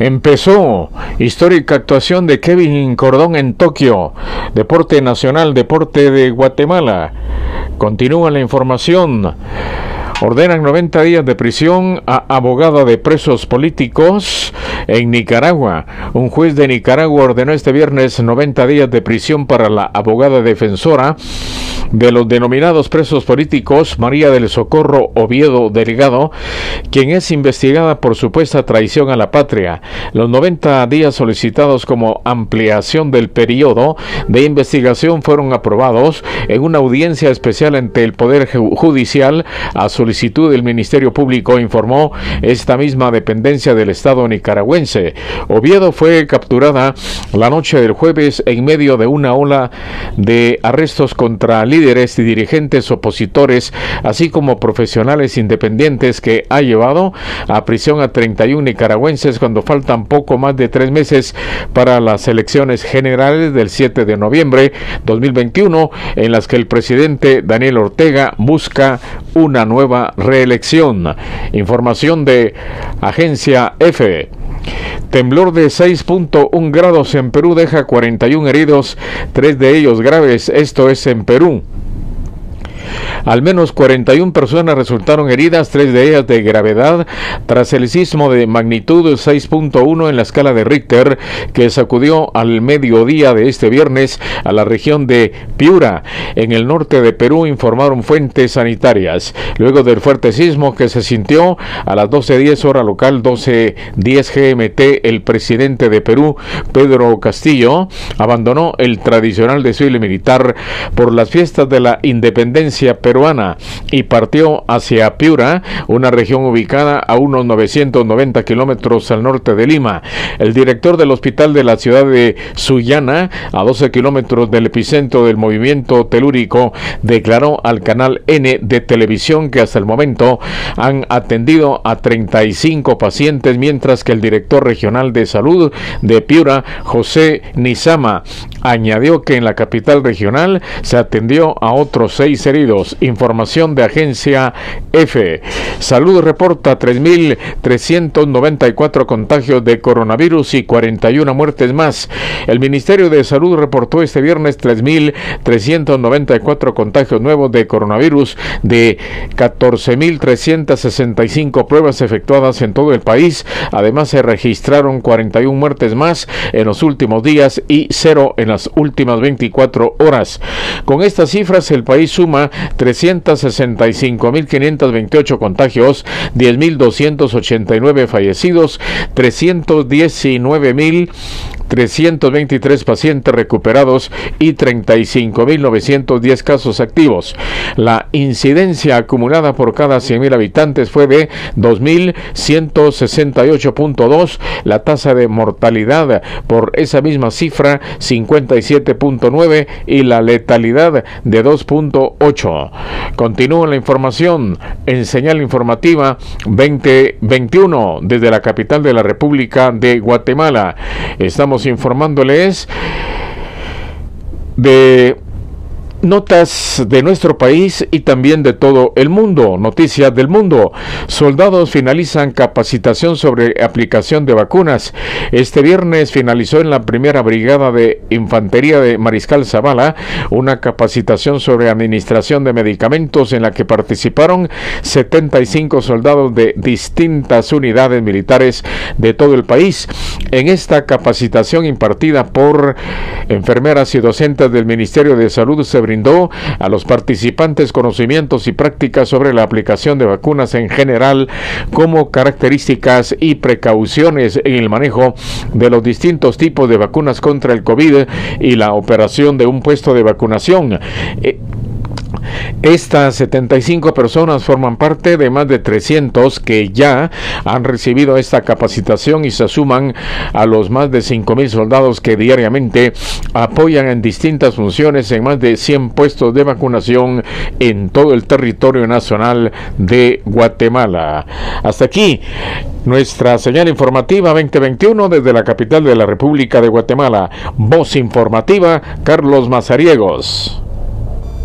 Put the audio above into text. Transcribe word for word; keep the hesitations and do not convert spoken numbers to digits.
Empezó histórica actuación de Kevin Cordón en Tokio. Deporte nacional, deporte de Guatemala. Continúa la información. Ordenan noventa días de prisión a abogada de presos políticos en Nicaragua. Un juez de Nicaragua ordenó este viernes noventa días de prisión para la abogada defensora de los denominados presos políticos, María del Socorro Oviedo Delgado, quien es investigada por supuesta traición a la patria. Los noventa días solicitados como ampliación del periodo de investigación fueron aprobados en una audiencia especial ante el Poder Judicial a solicitud del Ministerio Público, informó esta misma dependencia del Estado nicaragüense. Oviedo fue capturada la noche del jueves en medio de una ola de arrestos contra líderes y dirigentes opositores, así como profesionales independientes, que ha llevado a prisión a treinta y uno nicaragüenses cuando faltan poco más de tres meses para las elecciones generales del siete de noviembre dos mil veintiuno, en las que el presidente Daniel Ortega busca una nueva reelección. Información de Agencia F. Temblor de seis punto uno grados en Perú deja cuarenta y uno heridos, tres de ellos graves. Esto es en Perú. Al menos cuarenta y una personas resultaron heridas, tres de ellas de gravedad, tras el sismo de magnitud seis punto uno en la escala de Richter que sacudió al mediodía de este viernes a la región de Piura, en el norte de Perú, informaron fuentes sanitarias. Luego del fuerte sismo que se sintió a las doce diez hora local, doce diez G M T, el presidente de Perú, Pedro Castillo, abandonó el tradicional desfile militar por las fiestas de la independencia peruana y partió hacia Piura, una región ubicada a unos novecientos noventa kilómetros al norte de Lima. El director del hospital de la ciudad de Sullana, a doce kilómetros del epicentro del movimiento telúrico, declaró al canal N de televisión que hasta el momento han atendido a treinta y cinco pacientes, mientras que el director regional de salud de Piura, José Nizama, añadió que en la capital regional se atendió a otros seis heridos. Información de Agencia F. Salud reporta tres mil trescientos noventa y cuatro contagios de coronavirus y cuarenta y una muertes más. El Ministerio de Salud reportó este viernes tres mil trescientos noventa y cuatro contagios nuevos de coronavirus de catorce mil trescientos sesenta y cinco pruebas efectuadas en todo el país. Además, se registraron cuarenta y una muertes más en los últimos días y cero en las últimas veinticuatro horas. Con estas cifras, el país suma trescientos sesenta y cinco mil quinientos veintiocho contagios, diez mil doscientos ochenta y nueve fallecidos, trescientos diecinueve mil trescientos veintitrés pacientes recuperados y treinta y cinco mil novecientos diez casos activos. La incidencia acumulada por cada cien mil habitantes fue de dos mil ciento sesenta y ocho punto dos. La tasa de mortalidad por esa misma cifra, cincuenta y siete punto nueve, y la letalidad de dos punto ocho. Continúa la información en señal informativa veinte veintiuno desde la capital de la República de Guatemala. Estamos informándoles de notas de nuestro país y también de todo el mundo. Noticias del mundo. Soldados finalizan capacitación sobre aplicación de vacunas. Este viernes finalizó en la primera brigada de infantería de Mariscal Zavala una capacitación sobre administración de medicamentos en la que participaron setenta y cinco soldados de distintas unidades militares de todo el país. En esta capacitación impartida por enfermeras y docentes del Ministerio de Salud se brindó a los participantes conocimientos y prácticas sobre la aplicación de vacunas en general, como características y precauciones en el manejo de los distintos tipos de vacunas contra el COVID y la operación de un puesto de vacunación. Eh, Estas setenta y cinco personas forman parte de más de trescientos que ya han recibido esta capacitación y se suman a los más de cinco mil soldados que diariamente apoyan en distintas funciones en más de cien puestos de vacunación en todo el territorio nacional de Guatemala. Hasta aquí nuestra señal informativa veinte veintiuno desde la capital de la República de Guatemala. Voz informativa, Carlos Mazariegos.